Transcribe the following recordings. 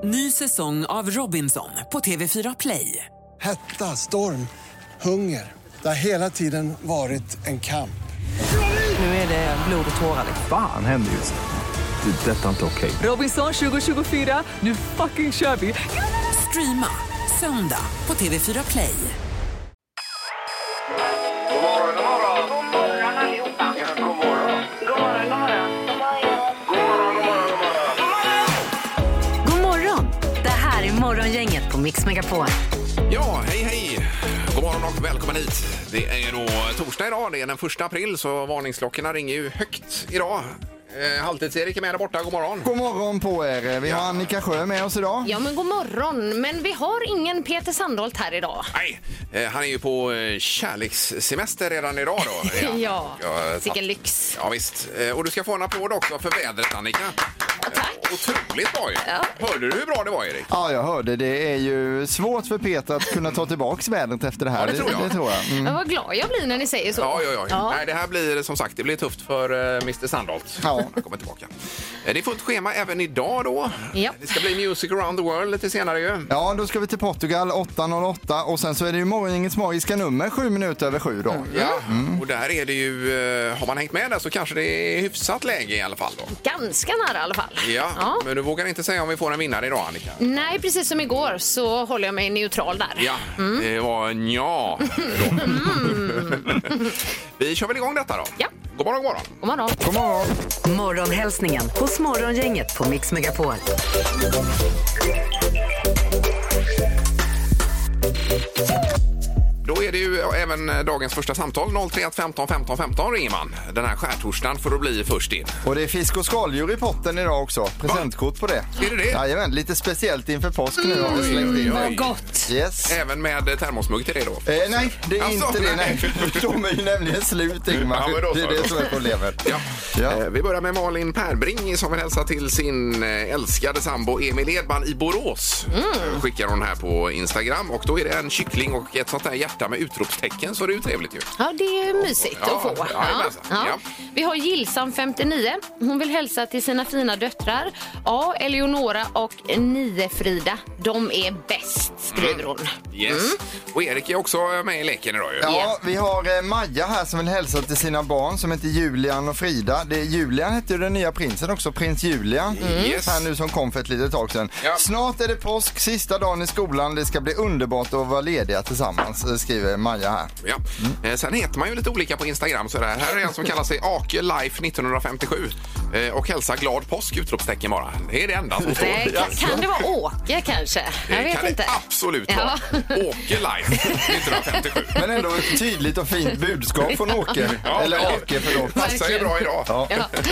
Ny säsong av Robinson på TV4 Play. Hetta, storm, hunger. Det har hela tiden varit en kamp. Nu är det blod och tårar. Fan händer just nu. Det. Detta är inte okej. Robinson 2024, nu fucking kör vi. Streama söndag på TV4 Play. Morgongänget på Mix Megapol. Ja, hej. God morgon och välkommen hit. Det är då torsdag idag, det är den 1 april, så varningsklockorna ringer ju högt idag. Halvtids-Erik är med där borta, god morgon. God morgon på er. Vi har Annika Sjö med oss idag. Ja, men god morgon. Men vi har ingen Peter Sandholt här idag. Nej, han är ju på kärlekssemester redan idag då. Ja, vilken lyx. Ja, visst. Och du ska få en applåd också för vädret, Annika. Tack. Otroligt bra ju. Ja. Hörde du hur bra det var, Erik? Ja, jag hörde. Det är ju svårt för Peter att kunna ta tillbaka vädret efter det här. Ja, det tror jag. Det tror jag. Mm. Men vad glad jag blir när ni säger så. Ja. Nej, det här blir som sagt, det blir tufft för Mr. Sandholt. Ja. Han kommer tillbaka. Det är fullt schema även idag då. Ja. Det ska bli Music around the world lite senare ju. Ja, då ska vi till Portugal 8.08 och sen så är det ju morgongängets magiska nummer 7 minuter över 7 då. Ja, och där är det ju, har man hängt med där så kanske det är hyfsat läge i alla fall då. Ganska nära i alla fall. Ja, men du vågar inte säga om vi får en vinnare idag, Annika? Nej, precis som igår så håller jag mig neutral där. Ja, det var nja. Vi kör väl igång detta då? Ja. God morgon, god morgon. God morgon. God morgon. Morgonhälsningen hos Morgongänget på Mix Megapol. Då är det ju även dagens första samtal. 031 15 15 15 ringer man. Den här skärtorsdagen får då bli först in. Och det är fisk och skaldjur i potten idag också. Presentkort på det. Är det det? Jajamän, lite speciellt inför påsk nu har vi slängt in. Vad gott. Yes. Även med termosmugg till det då? Nej, det är Alltså, inte det. Nej. De är ju nämligen slut, Ingmar. Ja, men då så. Det är det som är problemet. Ja. Vi börjar med Malin Perbring som vill hälsa till sin älskade sambo Emil Edman i Borås. Skickar hon här på Instagram. Och då är det en kyckling och ett sånt där hjärta med utropstecken, så det är ju trevligt ju. Ja, det är mysigt att få. Ja. Vi har Gilsam 59. Hon vill hälsa till sina fina döttrar. Ja, Eleonora och 9 Frida. De är bäst, skriver hon. Yes. Och Erik är också med i leken idag ju. Ja, vi har Maja här som vill hälsa till sina barn som heter Julian och Frida. Julian heter ju den nya prinsen också, prins Julian. Yes. Här nu som kom för ett litet tag sedan. Ja. Snart är det påsk, sista dagen i skolan. Det ska bli underbart att vara lediga tillsammans, skriver Maja här. Ja. Sen heter man ju lite olika på Instagram. Så här är en som kallar sig Ake Life 1957 och hälsa glad påsk, utropstecken bara. Det är det enda som står. Kan det vara Åke kanske? Jag vet kan inte. Det absolut vara. Åke Life 1957. Men ändå ett tydligt och fint budskap från Åke. Ja, eller Åke, förlåt. Passar ju bra idag. Ja.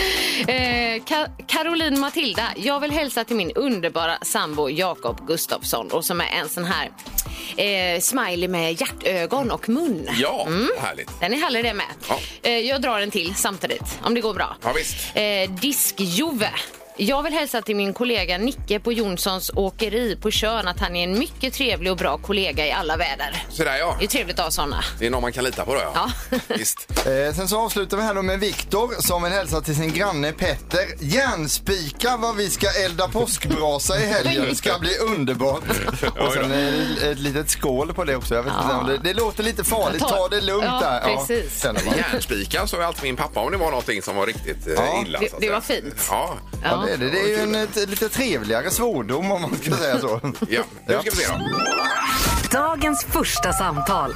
Caroline Matilda, jag vill hälsa till min underbara sambo Jakob Gustafsson och som är en sån här smiley med hjärtögon och mun. Ja, härligt. Den är härlig det med. Ja. Jag drar en till samtidigt, om det går bra. Ja, visst. Disk-Jove. Jag vill hälsa till min kollega Nicke på Jonssons åkeri på Tjörn att han är en mycket trevlig och bra kollega i alla väder. Så där, ja. Det är trevligt att ha såna. Det är någon man kan lita på då, ja. Visst. Sen så avslutar vi här då med Viktor som vill hälsa till sin granne Petter. Järnspika vad vi ska elda påskbrasa i helgen. Det ska bli underbart. Och sen ett litet skål på det också. Jag vet inte om det låter lite farligt. Ta det lugnt där. Precis. Järnspika så är alltid min pappa om det var någonting som var riktigt illa. Det var fint. Ja. Ja, det är ju en lite trevligare svordom om man ska säga så. Ja, nu ska vi se då. Dagens första samtal.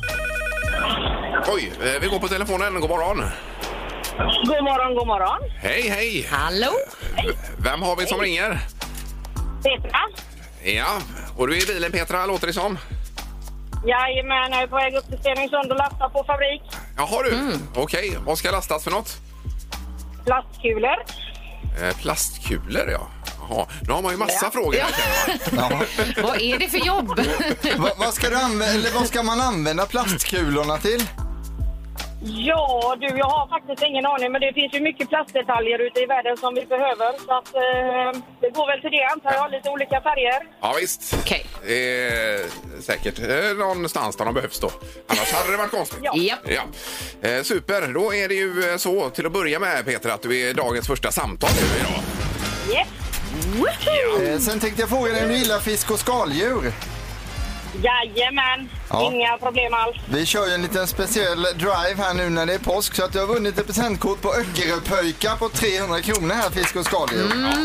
Oj, vi går på telefonen. God morgon. God morgon, god morgon. Hej. Hallå? Vem har vi som ringer? Petra? Ja, och du är i bilen Petra, låter det som? Jajamän, jag är på väg upp till Stenungsund och lastar på fabrik. Jaha du, okej. Vad ska lastas för något? Plastkulor. Plastkulor, ja. Jaha, nu har man ju massa frågor här, känner man. Vad är det för jobb? Vad ska man använda plastkulorna till? Ja, du, jag har faktiskt ingen aning, men det finns ju mycket plastdetaljer ute i världen som vi behöver. Så att det går väl till det, antar jag, lite olika färger. Ja, visst. Okej. Säkert någonstans där de behövs då. Annars hade det varit konstigt. Ja. Ja. Ja. Super, då är det ju så till att börja med, Peter, att du är dagens första samtal nu idag. Yes. Sen tänkte jag fråga dig om du gillar fisk och skaldjur. Jajamän, Ja. inga problem alls. Vi kör ju en liten speciell drive här nu när det är påsk, så att du har vunnit ett presentkort på Öckeröpöjka på 300 kronor här, fisk och skaldjur.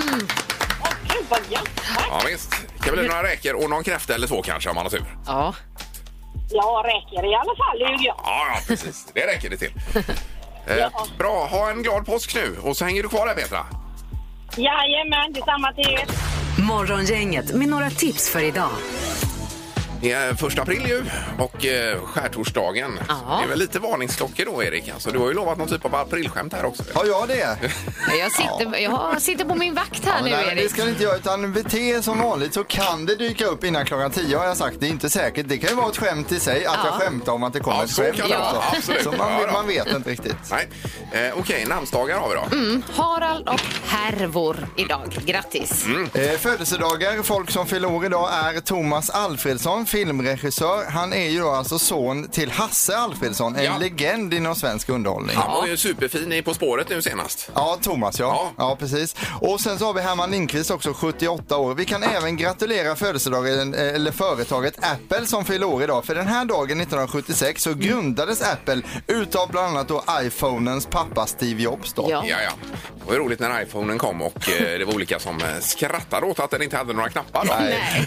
Gud vad gött. Ja, visst. Det kan bli några räkor och någon kräfta eller två kanske om man har tur. Ja. Ja, räcker i alla fall. Det är ju gött. Ja, precis. Det räcker det till. Bra, ha en glad påsk nu. Och så hänger du kvar där, Petra. Jajamän, detsamma till er. Morgongänget med några tips för idag. Det är 1 april ju och skärtorsdagen. Ja. Det är väl lite varningsklockor då, Erik. Alltså, du har ju lovat någon typ av aprilskämt här också. Har jag det? Jag sitter på min vakt här nu, Nej, Erik. det ska ni inte göra, utan bete er som vanligt, så kan det dyka upp innan klockan 10, har jag sagt. Det är inte säkert. Det kan ju vara ett skämt i sig, att jag skämtar om att det kommer Ja, ett så skämt kan det vara. också. Absolut. Så man vet inte riktigt. Nej. Okej, namnsdagar har vi då. Harald och Hervor idag. Grattis. Födelsedagar, folk som fyller år idag är Thomas Alfredsson, filmregissör. Han är ju då alltså son till Hasse Alfredsson, en legend inom svensk underhållning. Han var ju superfin i På spåret nu senast. Ja, Thomas, ja, precis. Och sen så har vi Herman Lindqvist också, 78 år. Vi kan även gratulera födelsedagen, eller företaget Apple som fyller år idag. För den här dagen 1976 så grundades Apple utav bland annat då iPhonens pappa Steve Jobs då. Ja. Ja. Det var ju roligt när iPhonen kom och det var olika som skrattade åt att den inte hade några knappar. Då. Nej.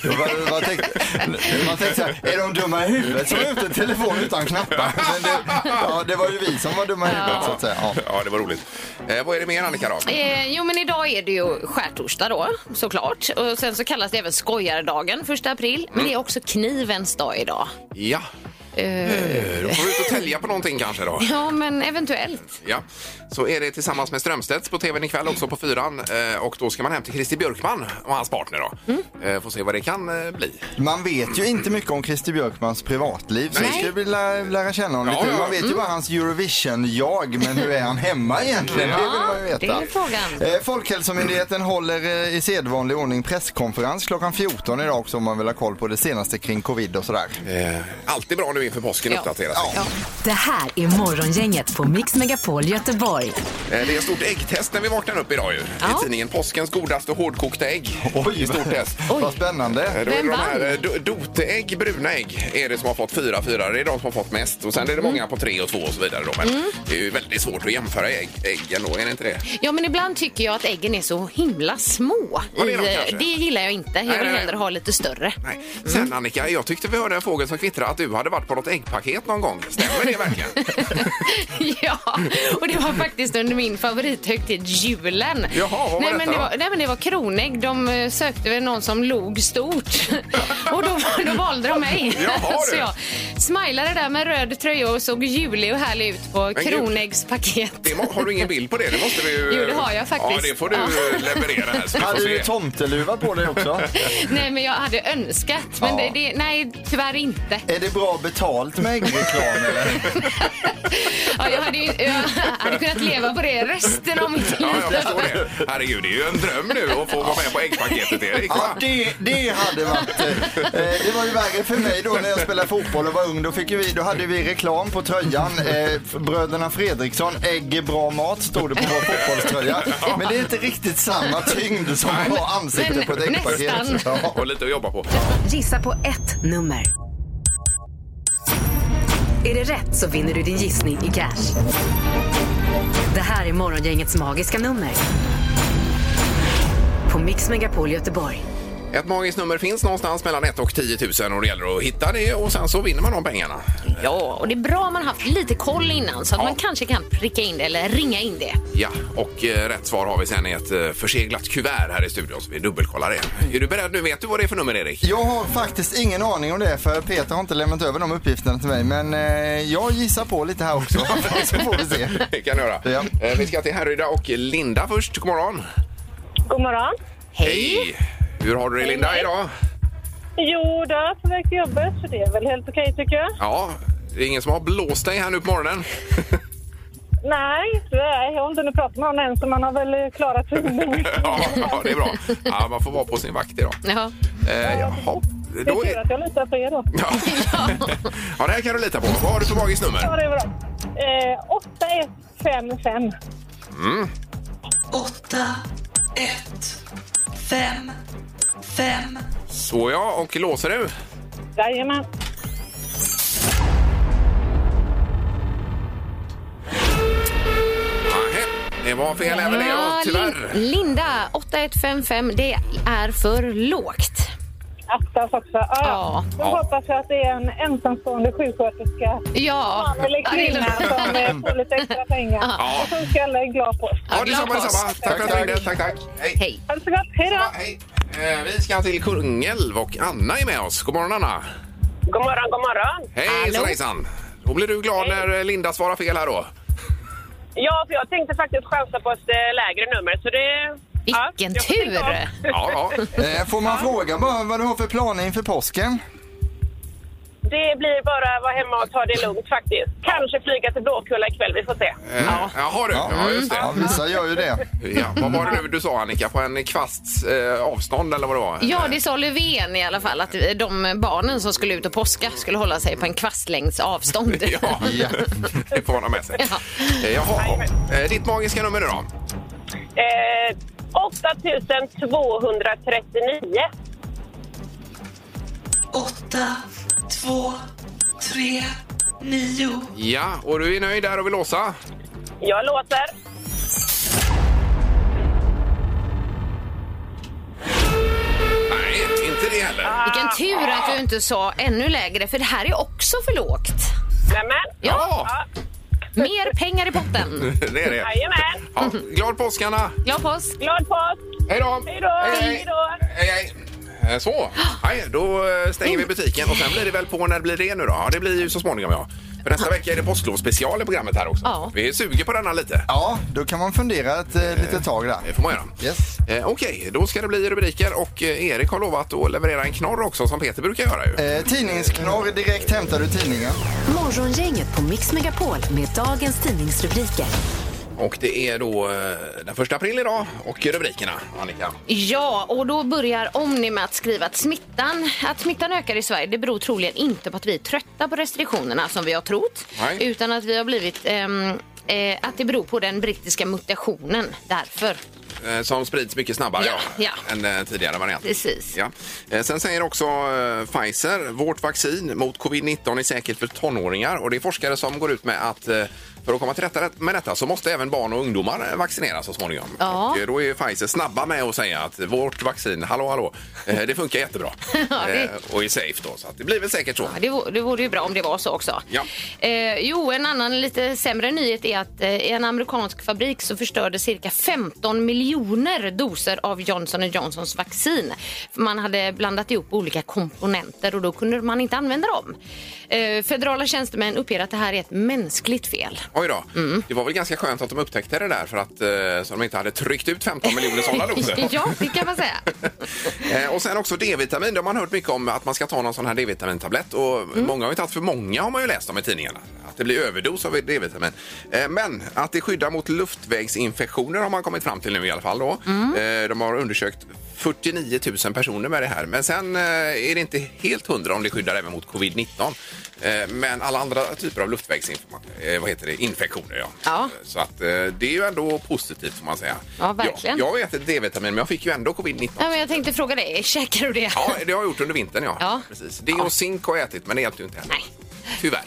Man tänkte så här, är de dumma i huvudet som har ut en telefon utan knappar? Men det var ju vi som var dumma i huvudet så att säga. Ja, det var roligt. Vad är det mer, Annika, då? Jo, men idag är det ju skärtorsdag då, såklart. Och sen så kallas det även skojardagen, 1 april. Men det är också knivens dag idag. Ja. Då får du ut och tälja på någonting kanske då. Ja, men eventuellt. Ja. Så är det tillsammans med Strömstedts på tvn ikväll också på 4:an. Och då ska man hem till Christer Björkman och hans partner då. Får se vad det kan bli. Man vet ju inte mycket om Christer Björkmans privatliv, så vi ska vilja lära känna honom lite. Man vet ju bara hans Eurovision-jag, men hur är han hemma egentligen? Det vill man ju veta. Det är frågan. Folkhälsomyndigheten håller i sedvanlig ordning presskonferens klockan 14 idag också, om man vill ha koll på det senaste kring covid och sådär. Alltid bra nu inför påsken uppdatera sig. Ja. Det här är Morgongänget på Mix Megapol Göteborg. Det är ett stort äggtest när vi vaknar upp idag ju. I tidningen Påskens godaste hårdkokta ägg. Oj, I stort test. Vad spännande. Vem vann? Doteägg, bruna ägg är det som har fått 4. Det är de som har fått mest. Och sen är det många på 3 och 2 och så vidare då. Men det är ju väldigt svårt att jämföra äggen då, är det inte det? Ja, men ibland tycker jag att äggen är så himla små. Ja, det är de kanske. Det gillar jag inte. Jag vill hellre ha lite större. Nej. Sen Annika, jag tyckte vi hörde en fågel som kvittrade att du hade varit på något äggpaket någon gång. Stämmer det verkligen? Ja, och det var faktiskt under min favorithögtid, julen. Jaha, vad var detta då? Nej, men det var kronägg. De sökte väl någon som log stort. Och då valde de mig. Jaha, så jag smilade där med röd tröja och såg julig och härlig ut på kronäggspaket. Har du ingen bild på det? Det måste vi ju... Jo, det har jag faktiskt. Ja, det får du leverera här. Så Hade får du se. tomteluva på dig också? Nej, men jag hade önskat. Men nej, tyvärr inte. Är det bra betalt med äggreklam eller? Ja, jag hade kunnat leva på det resten av mitt liv. Ja, jag förstår det. Herregud, det är ju en dröm nu att få vara med på äggpaketet, Erik. Ja, det hade varit... det var ju värre för mig då när jag spelade fotboll och var ung. Då hade vi reklam på tröjan. Bröderna Fredriksson, ägg är bra mat, stod det på vår fotbollströja. Men det är inte riktigt samma tyngd som att ha ansikte på ett äggpaket. Nästan. Ja. Och lite att jobba på. Gissa på ett nummer. Är det rätt så vinner du din gissning i cash. Det här är Morgongängets magiska nummer. På Mix Megapol Göteborg. Ett magiskt nummer finns någonstans mellan 1 och 10 000 och det gäller att hitta det och sen så vinner man de pengarna. Ja, och det är bra om man haft lite koll innan så att man kanske kan pricka in det eller ringa in det. Ja, och rätt svar har vi sen i ett förseglat kuvert här i studion så vi dubbelkollar det. Är du beredd nu? Vet du vad det är för nummer, Erik? Jag har faktiskt ingen aning om det, för Peter har inte lämnat över de uppgifterna till mig. Men jag gissar på lite här också, så får vi se. Det kan jag göra. Ja. Vi ska till Härryda och Linda först. God morgon. God morgon. Hej. Hur har du det, Linda, idag? Jo, då är på väg till jobbet, så det är väl helt okej tycker jag. Ja, det är ingen som har blåst dig här nu på morgonen. Nej, jag har inte nu pratat med honom än, så man har väl klarat sig. Ja, det är bra. Ja, man får vara på sin vakt idag. Ja. Jaha. Det är tur att jag litar på er då. Ja, det här kan du lita på. Vad har du för magiskt nummer? Ja, det är bra. 8155. 8, 1, 5. Så ja, och låser du? Jajamän. Det var fel även det då, tyvärr. Linda, 8155, det är för lågt. Attas också. Ja. Då hoppas jag att det är en ensamstående sjuksköterska. Ja. Eller kvinna som får lite extra pengar. Ja. Och så ska alla en glad påsk. Ja, detsamma. Tack för att du ringde. Tack. Hej. Ha det så gott. Hej då. Ja, hej. Vi ska till Kungälv och Anna är med oss. God morgon, Anna. God morgon. Hej, hejsan. Då blir du glad när Linda svarar fel här då. Ja, för jag tänkte faktiskt chansa på ett lägre nummer. Så det... Vilken tur! Ja. Får man fråga bara vad du har för planer inför påsken? Det blir bara vara hemma och ta det lugnt faktiskt. Kanske flyga till Blåkulla ikväll, vi får se. Har du? Ja, just det. Ja, vissa gör ju det. Ja, vad var det du sa, Annika? På en kvasts avstånd eller vad det var? Ja, det sa Löfven i alla fall, att de barnen som skulle ut och påska skulle hålla sig på en kvastlängds avstånd. Ja, det får man ha med sig. Ja. Jaha, ditt magiska nummer nu då? 8239. 8, 2, 3, 9. Ja, och du är nöjd där och vill låsa? Jag låter. Nej, inte det heller. Vilken tur att du inte sa ännu lägre, för det här är också för lågt. Nämen. Ja, Mer pengar i potten. det är det. Jajamän. Ja, glad påsk, Anna. Glad påsk. Glad påsk. Hej då. Hej då. Hej, hej. Så, nej, då stänger vi butiken och sen blir det väl på, när blir det nu då? Ja, det blir ju så småningom, ja. För nästa vecka är det påsklovsspecial i programmet här också. Ja. Vi suger på denna lite. Ja, då kan man fundera ett litet tag där. Det får man göra. Yes. Okej, då ska det bli rubriker och Erik har lovat att leverera en knorr också som Peter brukar göra ju. Tidningsknorr direkt hämtar du tidningen. Morgongänget på Mix Megapol med dagens tidningsrubriker. Och det är då den 1 april idag och rubrikerna, Annika. Ja, och då börjar Omni med att skriva att smittan ökar i Sverige. Det beror troligen inte på att vi är trötta på restriktionerna som vi har trott. Nej. Utan att vi har blivit att det beror på den brittiska mutationen. Därför. Som sprids mycket snabbare än tidigare varianter. Precis. Ja. Sen säger också Pfizer, vårt vaccin mot covid-19 är säkert för tonåringar. Och det är forskare som går ut med att för att komma till rätta med detta så måste även barn och ungdomar vaccineras så småningom. Ja. Och då är Pfizer snabba med att säga att vårt vaccin, hallå, det funkar jättebra. Och är safe då. Så att det blir väl säkert så. Ja, det vore ju bra om det var så också. Ja. En annan lite sämre nyhet är att i en amerikansk fabrik så förstörde cirka 15 miljoner doser av Johnson & Johnsons vaccin. För man hade blandat ihop olika komponenter och då kunde man inte använda dem. Federala tjänstemän uppger att det här är ett mänskligt fel. Oj då. Det var väl ganska skönt att de upptäckte det där för att så de inte hade tryckt ut 15 miljoner sådana doser. Ja, det kan man säga. Och sen också D-vitamin. Det har man hört mycket om att man ska ta någon sån här D-vitamintablett. Och många har ju tagit för många, har man ju läst om i tidningarna. Att det blir överdos av D-vitamin. Men att det skyddar mot luftvägsinfektioner har man kommit fram till nu i alla fall då. De har undersökt 49 000 personer med det här. Men sen är det inte helt 100 om det skyddar även mot covid-19. Men alla andra typer av luftvägsinfektioner, ja. Så att det är ju ändå positivt, får man säga. Ja, verkligen. Jag äter D-vitamin, men jag fick ju ändå covid-19. Ja, men jag tänkte fråga dig, käkar du det? Ja, det har jag gjort under vintern, ja. Precis. Det och zink har jag ätit, men det hjälpte ju inte heller. Nej. Tyvärr.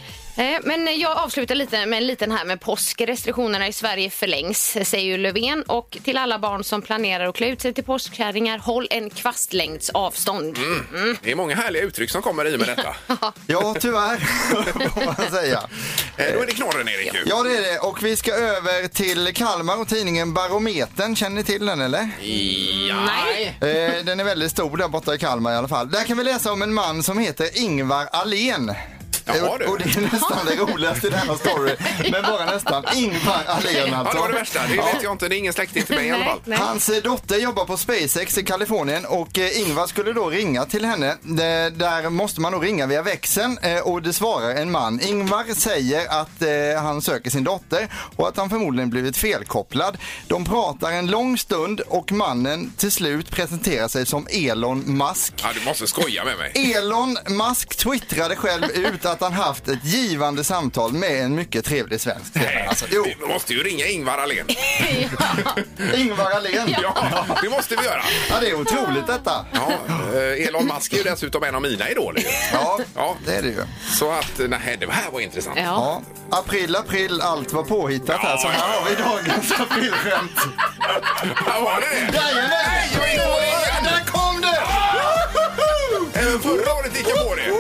Men jag avslutar lite med en liten här med påsk. Restriktionerna i Sverige förlängs, säger ju Löfven. Och till alla barn som planerar att klä ut sig till påskkärringar, håll en kvastlängds avstånd. Det är många härliga uttryck som kommer i med detta. Ja, tyvärr, får man säga. Då är det knorren, Erik. Ja, det är det. Och vi ska över till Kalmar och tidningen Barometern. Känner ni till den, eller? Ja. Nej. Den är väldigt stor där borta i Kalmar i alla fall. Där kan vi läsa om en man som heter Ingvar Allén. Jaha, du. Och det är nästan det roligaste i den här storyn. Men bara nästan Ingvar Allén alltså. Ja, det var det värsta. Det vet jag inte. Det är ingen släkting till mig i alla fall. Nej. Hans dotter jobbar på SpaceX i Kalifornien och Ingvar skulle då ringa till henne. Där måste man då ringa via växeln och det svarar en man. Ingvar säger att han söker sin dotter och att han förmodligen blivit felkopplad. De pratar en lång stund och mannen till slut presenterar sig som Elon Musk. Ja, du måste skoja med mig. Elon Musk twittrade själv ut att att han haft ett givande samtal med en mycket trevlig svensk. Alltså, Vi måste ju ringa Ingvar Ahlén. Ingvar Ahlén. Ja, det måste vi göra. Ja, det är otroligt detta. Ja, Elon Musk är ju dessutom en av mina idoler. Ja, det är det ju. Så att, nej, det här var intressant. Ja. April, allt var påhittat här. Så här har vi dagens aprilskämt. Ja, var det? Jajamän! Där kom det! Även förra året gick jag på det.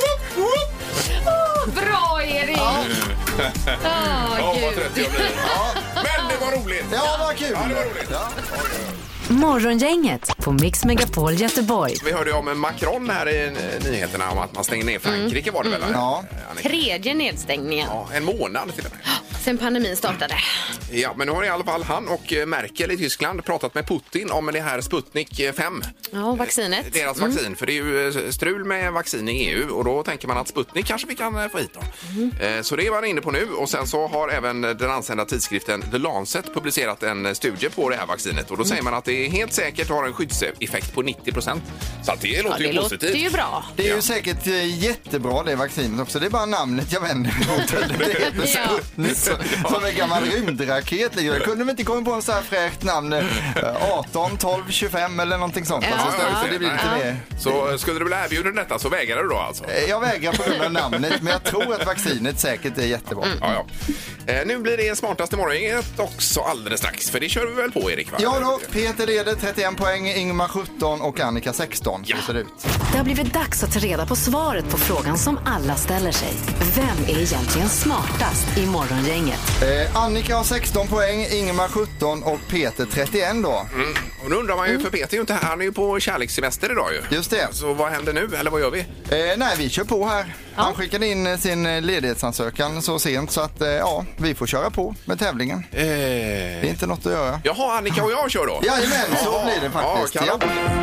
Bra, Erik! Vad trött jag blir. Men det var roligt. Ja, det var kul. Ja, det var roligt. Morgongänget på Mix Megapol Göteborg. Vi hörde om Macron här i nyheterna om att man stänger ner Frankrike var det väl? Ja. Tredje nedstängningen. Ja, en månad till och med. Sen pandemin startade. Ja, men nu har i alla fall han och Merkel i Tyskland pratat med Putin om det här Sputnik 5. Ja, vaccinet. Deras vaccin, för det är ju strul med vaccin i EU och då tänker man att Sputnik kanske vi kan få hit då. Så det är man inne på nu och sen så har även den ansända tidskriften The Lancet publicerat en studie på det här vaccinet och då säger man att det är helt säkert har en skyddseffekt på 90%. Så att det låter ju positivt. Det låter ju bra. Det är ju säkert jättebra det vaccinet också. Det är bara namnet jag vänder mig mot. Det heter Sputnik som en gammal rymdraket. Jag kunde väl inte komma på en så här fräscht namn 18, 12, 25 eller någonting sånt. Alltså, så det blir lite mer. Så skulle du bli erbjuden detta så vägrar du då alltså? Jag vägrar på grund av namnet, men jag tror att vaccinet säkert är jättebra. Ja. Nu blir det smartaste morgonet också alldeles strax, för det kör vi väl på, Erik? Va? Ja då, Peter leder 31 poäng, Ingmar 17 och Annika 16. Så ser det ut. Det har blivit dags att ta reda på svaret på frågan som alla ställer sig. Vem är egentligen smartast i Morgongänget? Annika har 16 poäng, Ingmar 17 och Peter 31 då. Och nu undrar man ju, för Peter är ju inte här, han är ju på kärlekssemester idag ju. Just det. Så vad händer nu, eller vad gör vi? Nej, vi kör på här. Han skickade in sin ledighetsansökan så sent så att vi får köra på med tävlingen. Det är inte något att göra. Jaha, Annika och jag kör då? Jajamän, så blir det faktiskt. Ja,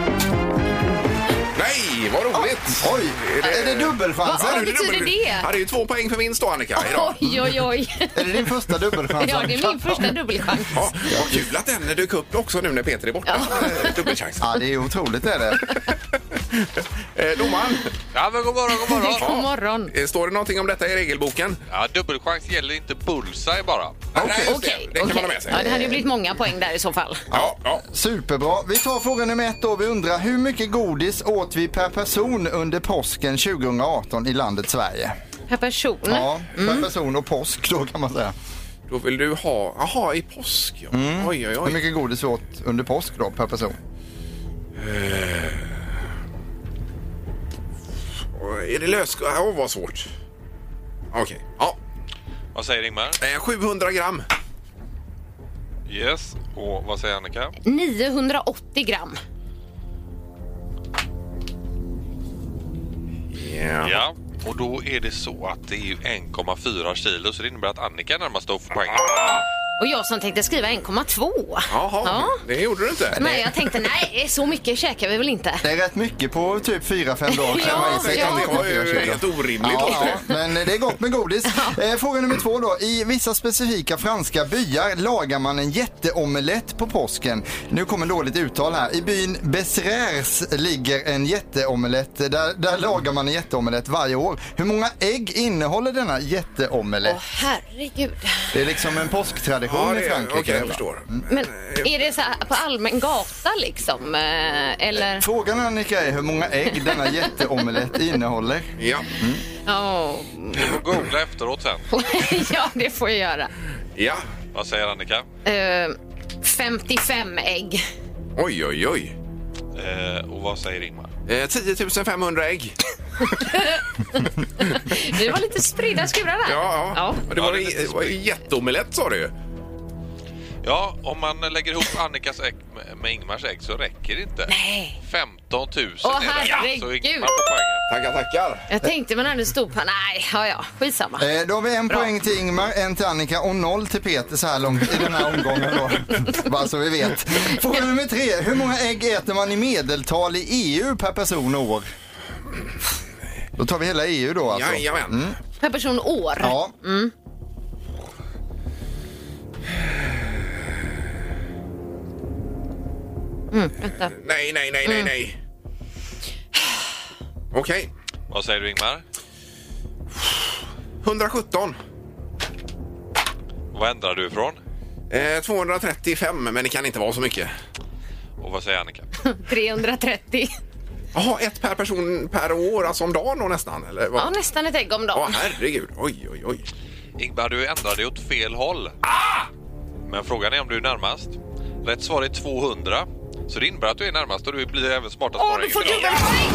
nej, vad roligt! Oj, är det dubbelchansen? Vad betyder det? Ja, det är ju 2 poäng för vinst då, Annika, idag. Oj. Är det din första dubbelchans? Ja, det är min första dubbelchans. Ja, vad kul att den dök upp också nu när Peter är borta. Dubbelchans. Ja, det är otroligt är det. Domaren. Ja, men god morgon. God morgon. Står det någonting om detta i regelboken? Ja, dubbelchans gäller inte bullseye bara. Okej. Det kan man ha med sig. Ja, det hade ju blivit många poäng där i så fall. Ja. Superbra. Vi tar fråga nummer 1 då. Vi undrar hur mycket godis åt vi per person under påsken 2018 i landet Sverige? Per person? Ja, per person och påsk då kan man säga. Då vill du ha... Jaha, i påsk. Ja. Oj. Hur mycket godis vi åt under påsk då per person? Är det lös... vad svårt. Okej. Ja. Vad säger Ingmar? 700 gram. Yes. Och vad säger Annika? 980 gram. Ja. Och då är det så att det är ju 1,4 kilo, så det innebär att Annika närmast då får poäng. Och jag som tänkte skriva 1,2. Jaha, det gjorde du inte. Nej, jag tänkte nej, så mycket käkar vi väl inte. Det är rätt mycket på typ 4-5 dagar. Det var ju helt orimligt. Ja, men det är gott med godis. Fråga nummer 2 då. I vissa specifika franska byar lagar man en jätteomelett på påsken. Nu kommer dåligt uttal här. I byn Besrères ligger en jätteomelett. Där lagar man en jätteomelett varje år. Hur många ägg innehåller denna jätteomelett? Herregud. Det är liksom en påsktradition i Frankrike. Okej, jag förstår. Men är det så här på allmän gata liksom? Eller? Frågan Annika är hur många ägg denna jätteomelett innehåller. Ja. Du får googla efteråt sen. Ja, det får jag göra. Ja. Vad säger Annika? 55 ägg. Oj. Och vad säger Ingmar? 10 500 ägg. Vi var lite spridda skurar där. Ja. Det var en jätteomelett sa du ju. Ja, om man lägger ihop Annikas ägg med Ingmars ägg så räcker det inte. Nej. 15 000 herregud. så Ingmar får poängen. Tackar. Jag tänkte man hade stod på. Nej, skitsamma. Då har vi en poäng till Ingmar, en till Annika och 0 till Peter så här långt i den här omgången då. Bara så vi vet. Fråga nummer 3. Hur många ägg äter man i medeltal i EU per person och år? Då tar vi hela EU då alltså. Jajamän. Per person år? Ja. Vänta. Nej. Okej. Vad säger du Ingmar? 117. Vad ändrar du ifrån? 235, men det kan inte vara så mycket. Och vad säger Annika? 330. Jaha, ett per person per år, alltså om dagen då nästan? Eller vad? Ja, nästan ett ägg om dagen. Herregud, oj. Ingmar, du ändrar dig åt fel håll. Men frågan är om du är närmast. Rätt svar är 200. Så det innebär att du är närmast och du blir även smartast på Du får dubbelpoäng!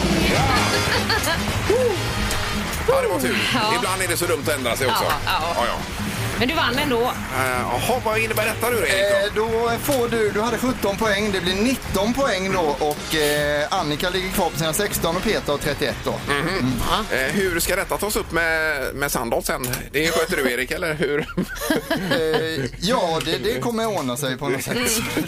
Ja, det var tur. Ibland är det så dumt att ändra sig också. Ja. Men du vann ändå. Jaha, vad innebär detta nu, Erik? Då får du hade 17 poäng, det blir 19 poäng då och Annika ligger kvar på sina 16 och Peter har 31 då. Hur ska detta tas upp med Sandholt sen? Det sköter du, Erik, eller hur? Ja, det kommer att ordna sig på något sätt.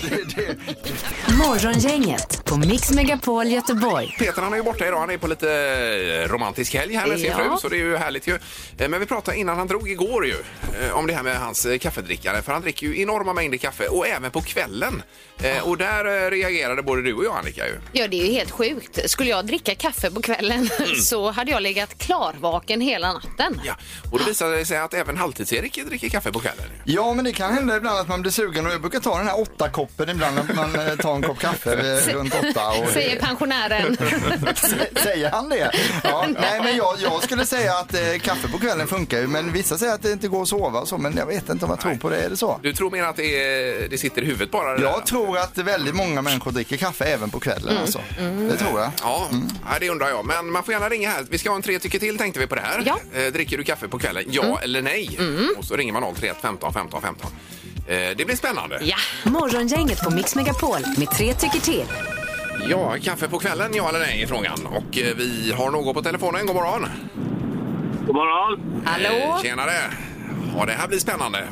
Morgongänget på Mix Megapol Göteborg. Peter, han är ju borta idag. Han är på lite romantisk helg här med sin fru, så det är ju härligt ju. Men vi pratade innan han drog igår ju om det här med hans kaffedrickare, för han dricker ju enorma mängder kaffe och även på kvällen. Och där reagerade både du och jag, Annika, ju. Ja, det är ju helt sjukt. Skulle jag dricka kaffe på kvällen så hade jag legat klarvaken hela natten. Ja, och det visade sig att även halvtids-Erik dricker kaffe på kvällen. Ja, men det kan hända ibland att man blir sugen och jag brukar ta den här 8-koppen ibland när man tar en kopp kaffe runt 8. Och säger pensionären. Säger han det? Ja, nej, men jag skulle säga att kaffe på kvällen funkar ju, men vissa säger att det inte går att sova och så, men jag vet inte om jag tror på det. Är det så? Du tror mer att det sitter i huvudet bara? Jag tror att väldigt många människor dricker kaffe även på kvällen. Alltså. Det tror jag. Ja, det undrar jag. Men man får gärna ringa här. Vi ska ha en 3 tycker till, tänkte vi på det här. Ja. Dricker du kaffe på kvällen? Ja eller nej? Och så ringer man 031 15 15 15. Det blir spännande. Ja. Morgongänget på Mix Megapol med 3 tycker till. Ja, kaffe på kvällen, ja eller nej i frågan. Och vi har någon på telefonen. God morgon. God morgon. Hallå? Tjenare. Ja, det här blir spännande.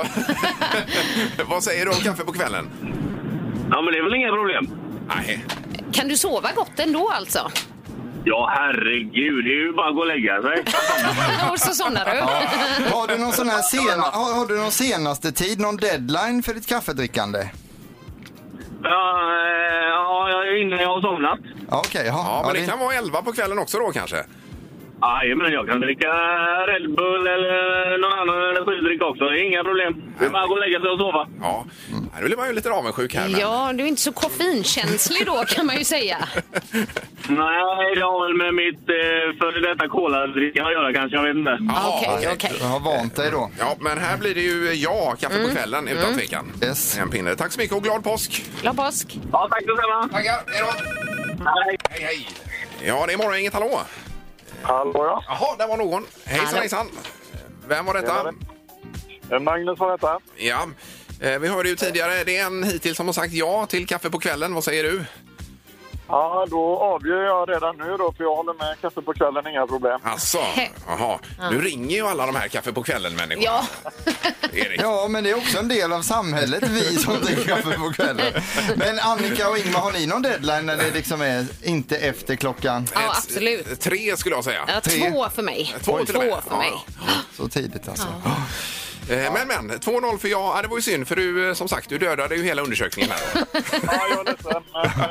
Vad säger du om kaffe på kvällen? Ja, men det är väl inga problem. Nej. Kan du sova gott ändå alltså? Ja, herregud. Det är ju bara att gå och lägga sig. Och så somnar du. Ja. Har du någon sån här har du någon senaste tid, någon deadline för ditt kaffedrickande? Ja, innan jag har somnat. Okej, ja, men det kan vara 11 på kvällen också då kanske? Nej, men jag kan dricka Red Bull eller någon annan energidryck också. Det är inga problem. Det är bara att gå och lägga sig och sova. Ja, nu blir man ju lite avundsjuk här. Men... Ja, du är inte så koffeinkänslig då kan man ju säga. Nej, det har väl med mitt före detta cola-dricka att göra kanske, jag vet inte. Okej. Jag har vant dig då. Ja, men här blir det ju kaffe på kvällen utan tvekan. Yes. En pinne. Tack så mycket och glad påsk. Glad påsk. Ja, tack detsamma. Tackar, hej då. Hej. Ja, det är morgon, inget hallå. Hallå, ja. Jaha, där var någon. Hejsan. Vem var detta? Magnus var detta. Ja, vi hörde ju tidigare. Det är en hittills som har sagt ja till kaffe på kvällen. Vad säger du? Ja, då avgör jag redan nu då, för jag håller med kaffe på kvällen, inga problem. Asså, jaha. Nu ringer ju alla de här kaffe på kvällen-människorna. Ja. Erik. Ja, men det är också en del av samhället, vi som dricker kaffe på kvällen. Men Annika och Ingmar, har ni någon deadline när det liksom är inte efter klockan? Ja, absolut. 3 skulle jag säga. Ja, 2 för mig. 2 till och med. för mig. Så tidigt alltså. Men 2-0 för ja, det var ju synd för du, som sagt, du dödade ju hela undersökningen här. Ja, jag är ledsen.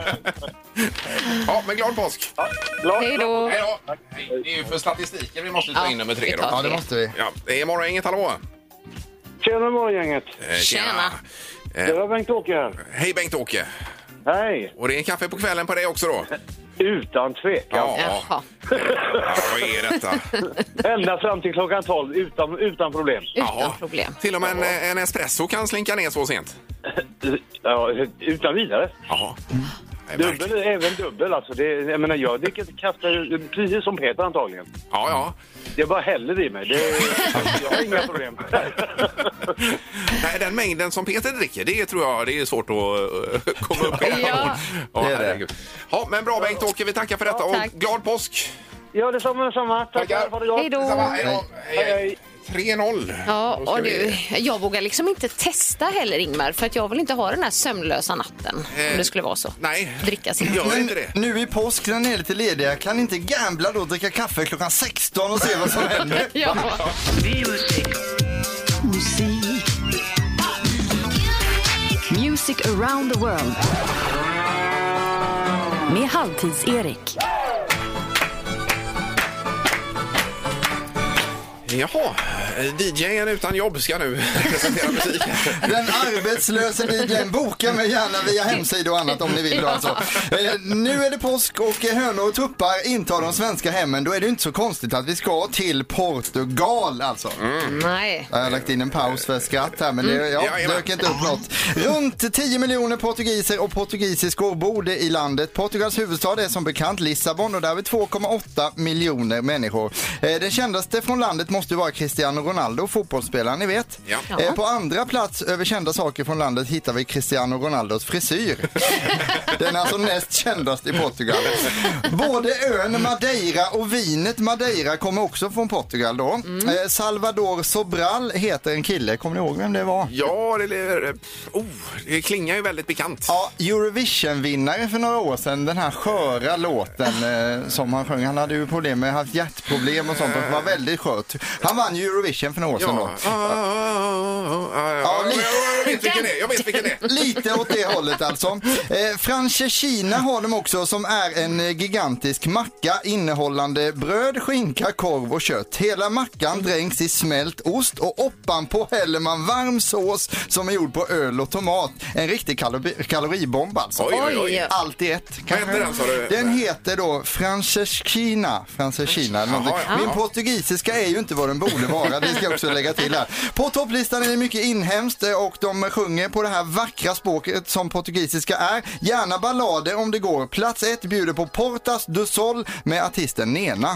Ja, men glad påsk. Hej då. Hej då. Det är ju för statistiken vi måste ta in nummer 3 då. Ja, det måste vi. Ja, det är morgon, inget hallå. Tjena morgongänget. Tjena. Det var Bengt-Åke här. Hej Bengt-Åke. Hej. Och det är kaffe på kvällen på dig också då? Utan tvekan. Ja. Jaha. Vad är detta? Ända fram till klockan 12 utan problem. Utan problem. Till och med en espresso kan slinka ner så sent? Ja, utan vidare. Jaha. Även dubbel alltså. Jag menar, jag dricker kaffe precis som Peter antagligen. Ja. Jag bara häller i mig. Jag har inga problem. Nej, den mängden som Peter dricker, det tror jag det är svårt att komma upp i. Ja. Det är det. Ja, men bra Bengt-Åke, vi tackar för detta och glad påsk. Ja, detsamma. Tackar. Ha det gott. Hej då. Hej. 3-0. Ja, och du, jag vågar liksom inte testa heller, Ingmar, för att jag vill inte ha den här sömnlösa natten om det skulle vara så. Nej, dricka sin. gör inte det. Nu i påsk när ni är lite lediga, kan inte gambla då, dricka kaffe klockan 16 och se vad som händer? Ja. Music around the world. Med Halvtids-Erik. Jaha, DJ:n utan jobb ska nu presentera musik. Den arbetslösa DJ:n, boka mig gärna via hemsida och annat om ni vill då alltså. Nu är det påsk och hönor och tuppar intar de svenska hemmen. Då är det inte så konstigt att vi ska till Portugal alltså. Nej. Jag har lagt in en paus för skratt här, men det dök inte upp något. Runt 10 miljoner portugiser och portugisiskor bor det i landet. Portugals huvudstad är som bekant Lissabon och där har vi 2,8 miljoner människor. Den kändaste från landet måste ju vara Cristiano Ronaldo, fotbollsspelaren, ni vet. Ja. På andra plats över kända saker från landet hittar vi Cristiano Ronaldos frisyr. Den är alltså näst kändast i Portugal. Både ön Madeira och vinet Madeira kommer också från Portugal då. Salvador Sobral heter en kille, kommer ni ihåg vem det var? Ja, det klingar ju väldigt bekant. Ja, Eurovision-vinnare för några år sedan, den här sköra låten som han sjöng. Han hade ju problem med haft hjärtproblem och sånt, och det var väldigt skört. Han vann ju Eurovision för några år sedan då. Jag vet vilken det är. Lite åt det hållet alltså. Franceschina har de också, som är en gigantisk macka innehållande bröd, skinka, korv och kött. Hela mackan dränks i smält ost och oppan på häller man varm sås som är gjord på öl och tomat. En riktig kaloribomb alltså. Oj. Allt i ett. Vad heter den, sa du? Den heter då Franceschina. Min portugisiska är ju inte vad den borde vara, det ska jag också lägga till här. På topplistan är det mycket inhemskt och de sjunger på det här vackra språket som portugisiska är. Gärna ballader om det går. Plats 1 bjuder på Portas do Sol med artisten Nena.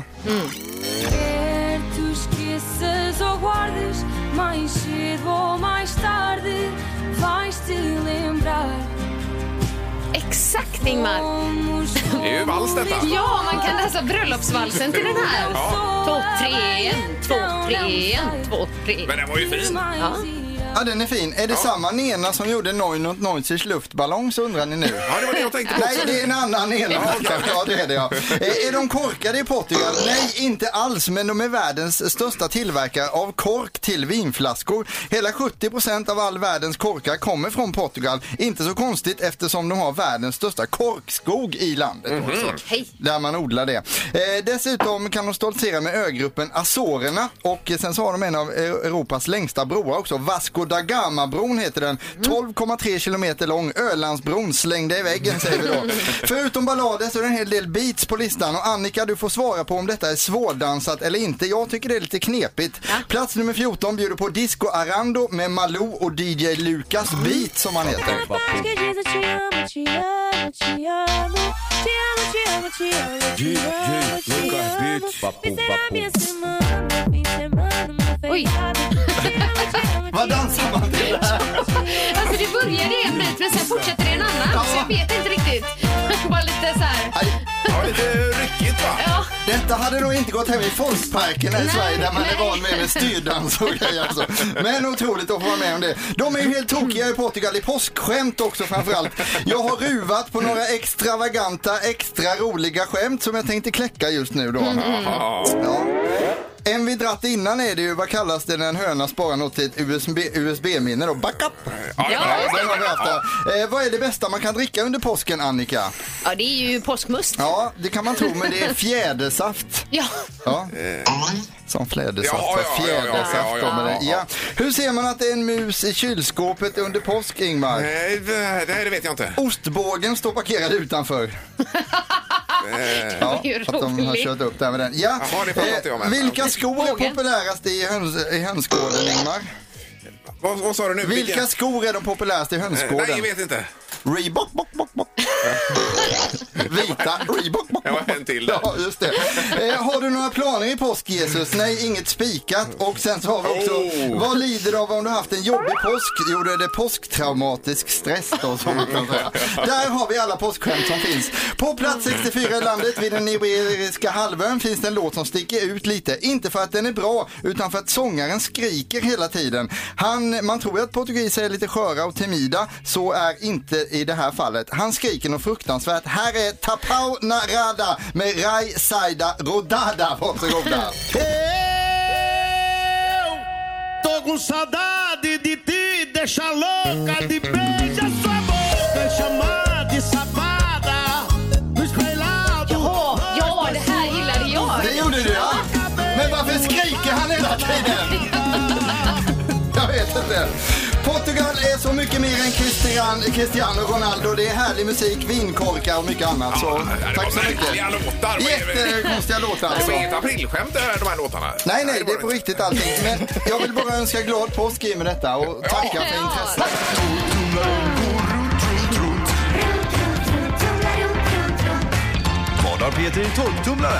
Exakt, Ingmar. Det är ju vals detta. Ja, man kan läsa bröllopsvalsen till den här. 2, 3, 1, 2, 3. Men den var ju fin. Ja, den är fin. Är det samma Nena som gjorde Neunund Neunzig luftballong, så undrar ni nu? Ja, det var det jag tänkte på. Nej, det är en annan Nena. Ja, det är det, ja. Är de korkade i Portugal? Nej, inte alls, men de är världens största tillverkare av kork till vinflaskor. Hela 70% av all världens korkar kommer från Portugal. Inte så konstigt eftersom de har världens största korkskog i landet. Där man odlar det. Dessutom kan de stoltsera med ögruppen Azorerna, och sen så har de en av Europas längsta broar också. Vasco da Gama-bron heter den. 12,3 kilometer lång. Ölandsbron, slängde i väggen, säger vi då. Förutom ballader så är det en hel del beats på listan. Och Annika, du får svara på om detta är svårdansat eller inte. Jag tycker det är lite knepigt. Plats nummer 14 bjuder på Disco Arando med Malou och DJ Lucas Beat, som han heter. Oj. Vad dansar man till det här? Alltså det började i en bit, men sen fortsätter det en annan. Så jag vet inte riktigt. Bara lite så här. Ja, lite ryckigt, va? Ja. Detta hade nog inte gått hem i folkparkerna i Sverige där man är van med styrdans och grejer alltså. Men otroligt att få vara med om det. De är ju helt tokiga i Portugal i påskskämt också framförallt. Jag har ruvat på några extravaganta, extra roliga skämt som jag tänkte kläcka just nu då. Ja. En vi dratt innan är det ju, vad kallas det när en höna sparar något till ett USB-minne då? Backup! Vad är det bästa man kan dricka under påsken, Annika? Ja, det är ju påskmust. Ja, det kan man tro, men det är fjädersaft. Ja. Som fjädersaft kommer det. Ja. Hur ser man att det är en mus i kylskåpet under påsk, Ingmar? Det vet jag inte. Ostbågen står parkerad utanför. Ja, att de har kört upp där med den. Ja. Jaha, det fattar inte jag med. Vilka skor är populärast i hönsgården, Ingmar? Vad sa du nu? Vilka skor är de populäraste i hönsgården? Nej, jag vet inte. Reebok, Vita, Reebok, Ja, en till där. Ja, just det. Har du några planer i påsk, Jesus? Nej, inget spikat. Och sen så har vi också, vad lider du av om du haft en jobbig påsk? Jo, det är det påsktraumatisk stress då, som man kan säga. Där har vi alla påskskämt som finns. På plats 64 i landet vid den Iberiska halvön finns det en låt som sticker ut lite. Inte för att den är bra, utan för att sångaren skriker hela tiden. Man tror att portugiser är lite sköra och timida. Så är inte i det här fallet. Han skriker något fruktansvärt. Här är Tapau Narada med Rai Saida Rodada. Varsågoda. Tô com saudade de ti, deixa louca de beija sua boca, chamar de safada. Jaha, ja, det här gillade jag. Det gjorde du, ja. Men varför skriker han hela tiden. Jag vet inte. Portugal är så mycket mer än Cristiano Ronaldo. Det är härlig musik, vinkorkar och mycket annat. Så tack så mycket. Jättekonstiga låtar. Det är inget aprilskämt de här låtarna. Nej, det är på riktigt allting. Men jag vill bara önska glad påsk med detta och tacka för intresset. Vad har Peter i torktumlaren?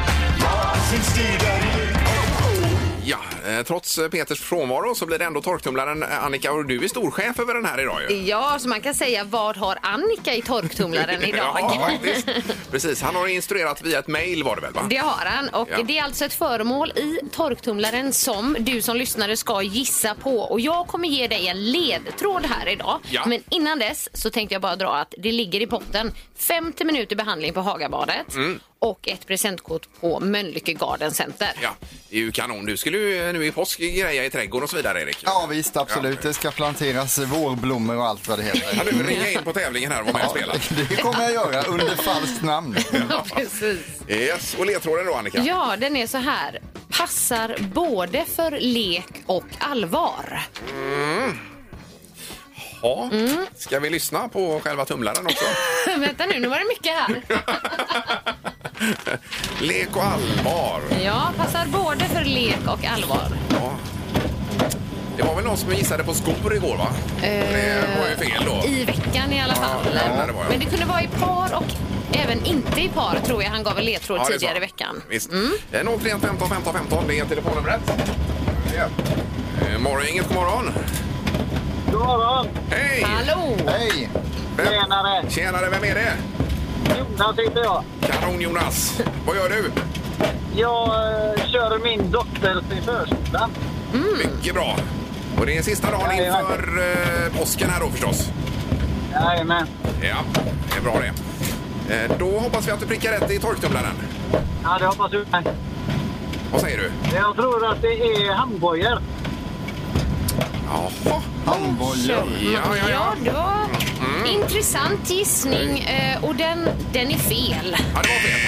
Ja, trots Peters frånvaro så blir det ändå torktumlaren. Annika, och du är storchef över den här idag ju. Ja, så man kan säga, vad har Annika i torktumlaren idag? Ja, faktiskt. Precis, han har instruerat via ett mejl var det väl va? Det har han, och det är alltså ett föremål i torktumlaren som du som lyssnare ska gissa på. Och jag kommer ge dig en ledtråd här idag. Ja. Men innan dess så tänkte jag bara dra att det ligger i potten 50 minuter behandling på Hagabadet och ett presentkort på Mölnlycke Garden Center. Ja, det är ju kanon. Du skulle ju nu i påsk greja i trädgården och så vidare, Erik. Ja, visst, absolut. Det ska planteras vårblommor och allt vad det heter. Ja, du ringa in på tävlingen här och vara med och spela. Det kommer jag göra under falskt namn. Ja, precis. Yes. Och ledtråden då, Annika? Ja, den är så här. Passar både för lek och allvar. Ja, ska vi lyssna på själva tumlaren också? Vänta nu var det mycket här. Lek och allvar. Ja, passar både för lek och allvar. Ja. Det var väl någon som gissade på skor igår, va? Det var ju fel då. I veckan i alla fall. Ja, det var jag. Men det kunde vara i par och även inte i par, tror jag. Han gav en ledtråd tidigare i veckan. Visst. 031 15 15 15, det är telefonnumret. Morgongänget, god morgon. God morgon. Hej! Hallå! Hej! Tjenare! Tjenare, vem är det? Jonas heter jag. Kanon, Jonas. Vad gör du? Jag kör min dotter till förskolan. Mycket bra. Och det är sista dagen inför påsken här då förstås. Jajamän. Ja, det är bra det. Då hoppas vi att du prickar rätt i torktumlaren. Ja, det hoppas jag. Vad säger du? Jag tror att det är handbojor. Jaha. Handbollar. Ja, det var intressant gissning och den är fel. Ja, det var fel.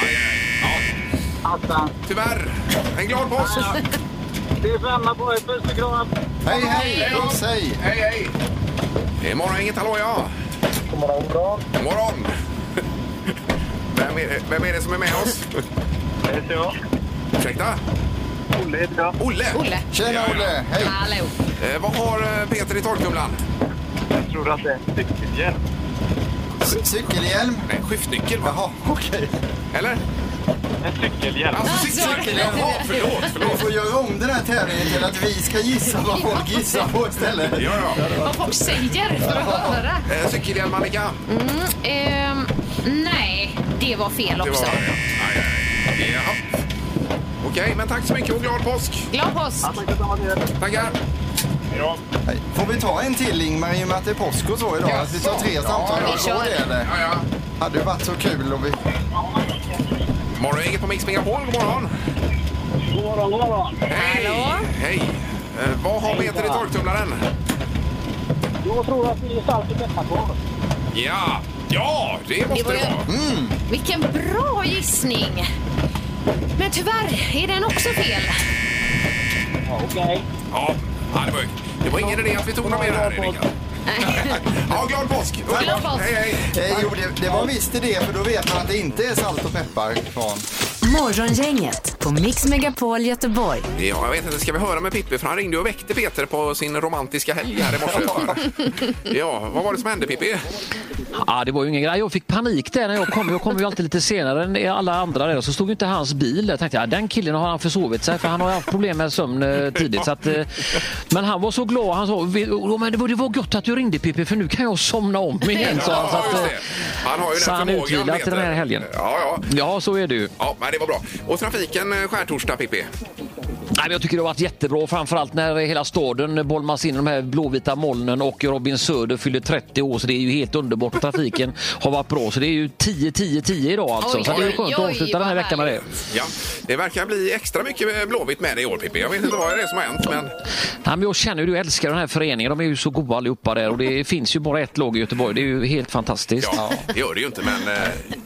Ja. Tyvärr. En glad påsk. Det är samma på ett puss och kram. Hej, hej. Puss, hej. Hej, hej. Det är morgongänget, hallå ja. God morgon. God morgon. Vem är det som är med oss? Det är jag. Ursäkta? Olle heter jag. Olle. Tjena, Olle. Hej. Hallå. Vad har Peter i torktumlaren? Jag tror att det är en cykelhjälm. Cykelhjälm? Nej, skiftnyckel va? Jaha, okej. Eller? En cykelhjälm. Alltså cykelhjälm. Jaha, förlåt. Vi får göra om den här tävlingen till att vi ska gissa vad folk gissar på istället. Ja. Vad folk säger för att höra. Cykelhjälm, Annika? Nej, det var fel också. Det var det. Ja. Okej, men tack så mycket och glad påsk. Glad påsk. Tackar. Ja. Får vi ta en till, Ingmar, i och med att det är påsk och så idag? Ja, att vi tar 3 samtal. vi kör det. Eller? Ja. Hade det varit så kul om vi... Morgongänget på Mix Megapol, god morgon. God morgon. Hej. Hallå. Hej. Vad har Peter i torktumlaren? Jag tror att det är salt och pepparkorv. Ja, det måste det vara. Vilken bra gissning. Men tyvärr är den också fel. Okej. Ja, det var ingen idé att vi tog några mer här, Erika. Ja, glad påsk. Glad påsk. Hej. Jo, det var visst idé, för då vet man att det inte är salt och peppar kvar. Morgongänget på Mix Megapol Göteborg. Ja, jag vet inte, ska vi höra med Pippi? För han ringde och väckte Peter på sin romantiska helg här i morse. Ja, vad var det som hände, Pippi? Ja, det var ju ingen grej. Jag fick panik där när jag kom. Jag kom ju alltid lite senare än alla andra där. Och så stod ju inte hans bil. Jag tänkte, den killen har han försovit sig. För han har ju haft problem med sömn tidigt. Så att, men han var så glad. Han sa, men det var gott att du ringde, Pippi. För nu kan jag somna om igen. Så Han har ju den förmågan. utvilat den här helgen. Ja, så är det ju. Ja, men det var bra. Och trafiken skärtorsdag, Pippi? Nej, men jag tycker det har varit jättebra, framförallt när hela staden bolmas in i de här blåvita molnen och Robin Söder fyller 30 år, så det är ju helt underbart och trafiken har varit bra, så det är ju 10 idag alltså. Så det är skönt att avsluta den här veckan med det. Ja, det verkar bli extra mycket blåvitt med det i år, Pippi. Jag vet inte vad det är som har hänt, men... Nej, men jag känner ju, du älskar den här föreningen, de är ju så goda allihopa där och det finns ju bara ett lag i Göteborg, det är ju helt fantastiskt. Ja, det gör det ju inte, men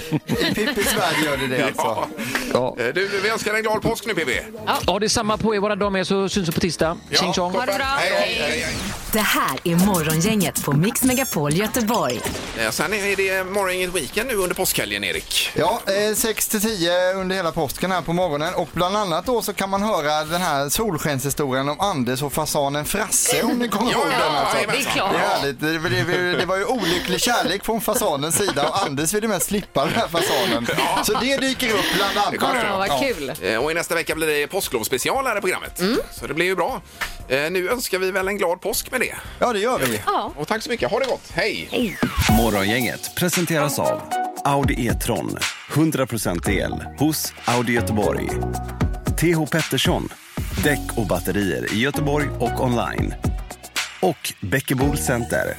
I Pippis värld gör det alltså. Ja. Du, vi önskar en glad påsk nu, PV. Ja, det är samma på er. Våra dagar med, så syns vi på tisdag. Tjing tjong. Ha det bra. Hej. Det här är Morgongänget på Mix Megapol Göteborg. Sen är det morgongänget weekend nu under påskhelgen, Erik. Ja, 6-10 under hela påsken här på morgonen. Och bland annat då så kan man höra den här solskenshistorien om Anders och fasanen Frasse, om ni kommer ihåg den. Alltså. Det är klart. Det är härligt. Det var ju olycklig kärlek från fasanens sida och Anders ville mest slippa den här fasanen. Så det dyker upp bland annat. Ja, vad kul. Och i nästa vecka blir det påsklovsspecial här i programmet. Så det blir ju bra. Nu önskar vi väl en glad påsk med det. Ja, det gör vi. Ja. Och tack så mycket. Ha det gott. Hej! Morgongänget presenteras av Audi E-tron. 100% el hos Audi Göteborg. TH Pettersson. Däck och batterier i Göteborg och online. Och Bäckebol Center.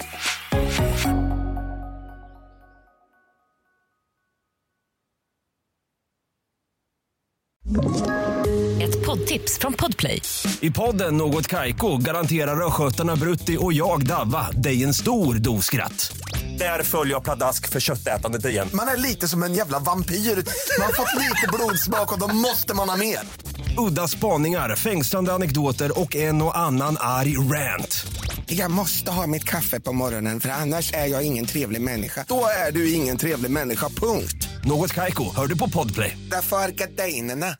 Ett poddtips från Podplay. I podden Något Kaiko garanterar röskötarna Brutti och jag Davva dig en stor doskratt. Där följer jag pladask för köttätandet igen. Man är lite som en jävla vampyr. Man har fått lite blodsmak och då måste man ha mer. Udda spaningar, fängslande anekdoter och en och annan arg rant. Jag måste ha mitt kaffe på morgonen för annars är jag ingen trevlig människa. Då är du ingen trevlig människa, punkt. Något Kaiko, hör du på Podplay. Därför är gardinerna.